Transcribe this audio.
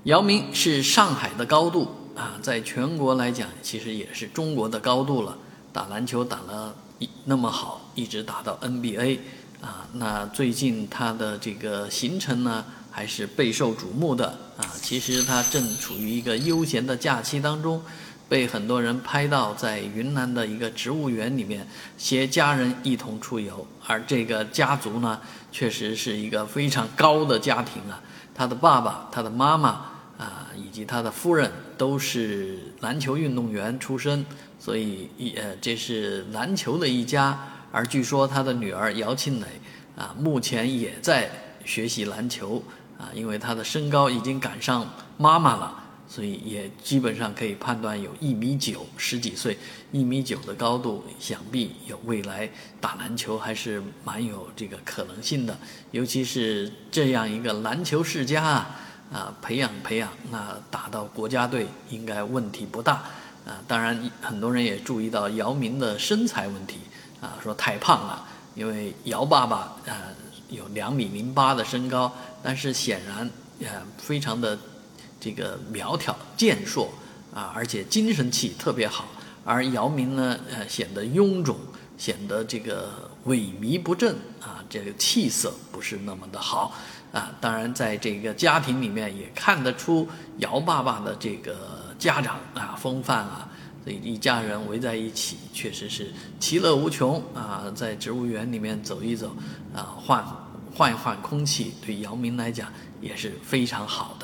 姚明是上海的高度啊，在全国来讲，其实也是中国的高度了。打篮球打了那么好，一直打到 NBA 啊。那最近他的这个行程呢，还是备受瞩目的啊。其实他正处于一个悠闲的假期当中，被很多人拍到在云南的一个植物园里面携家人一同出游，而这个家族呢，确实是一个非常高的家庭啊。他的爸爸、他的妈妈以及他的夫人都是篮球运动员出身，所以这是篮球的一家。而据说他的女儿姚庆蕾目前也在学习篮球因为他的身高已经赶上妈妈了，所以也基本上可以判断有1.9米，10几岁1.9米的高度，想必有未来打篮球还是蛮有这个可能性的。尤其是这样一个篮球世家培养，那打到国家队应该问题不大当然，很多人也注意到姚明的身材问题说太胖了，因为姚爸爸有2.08米的身高，但是显然非常的这个苗条健硕而且精神气特别好。而姚明呢显得臃肿，显得这个萎靡不振这个气色不是那么的好当然在这个家庭里面也看得出姚爸爸的这个家长风范所以一家人围在一起确实是其乐无穷在植物园里面走一走换一换空气，对姚明来讲也是非常好的。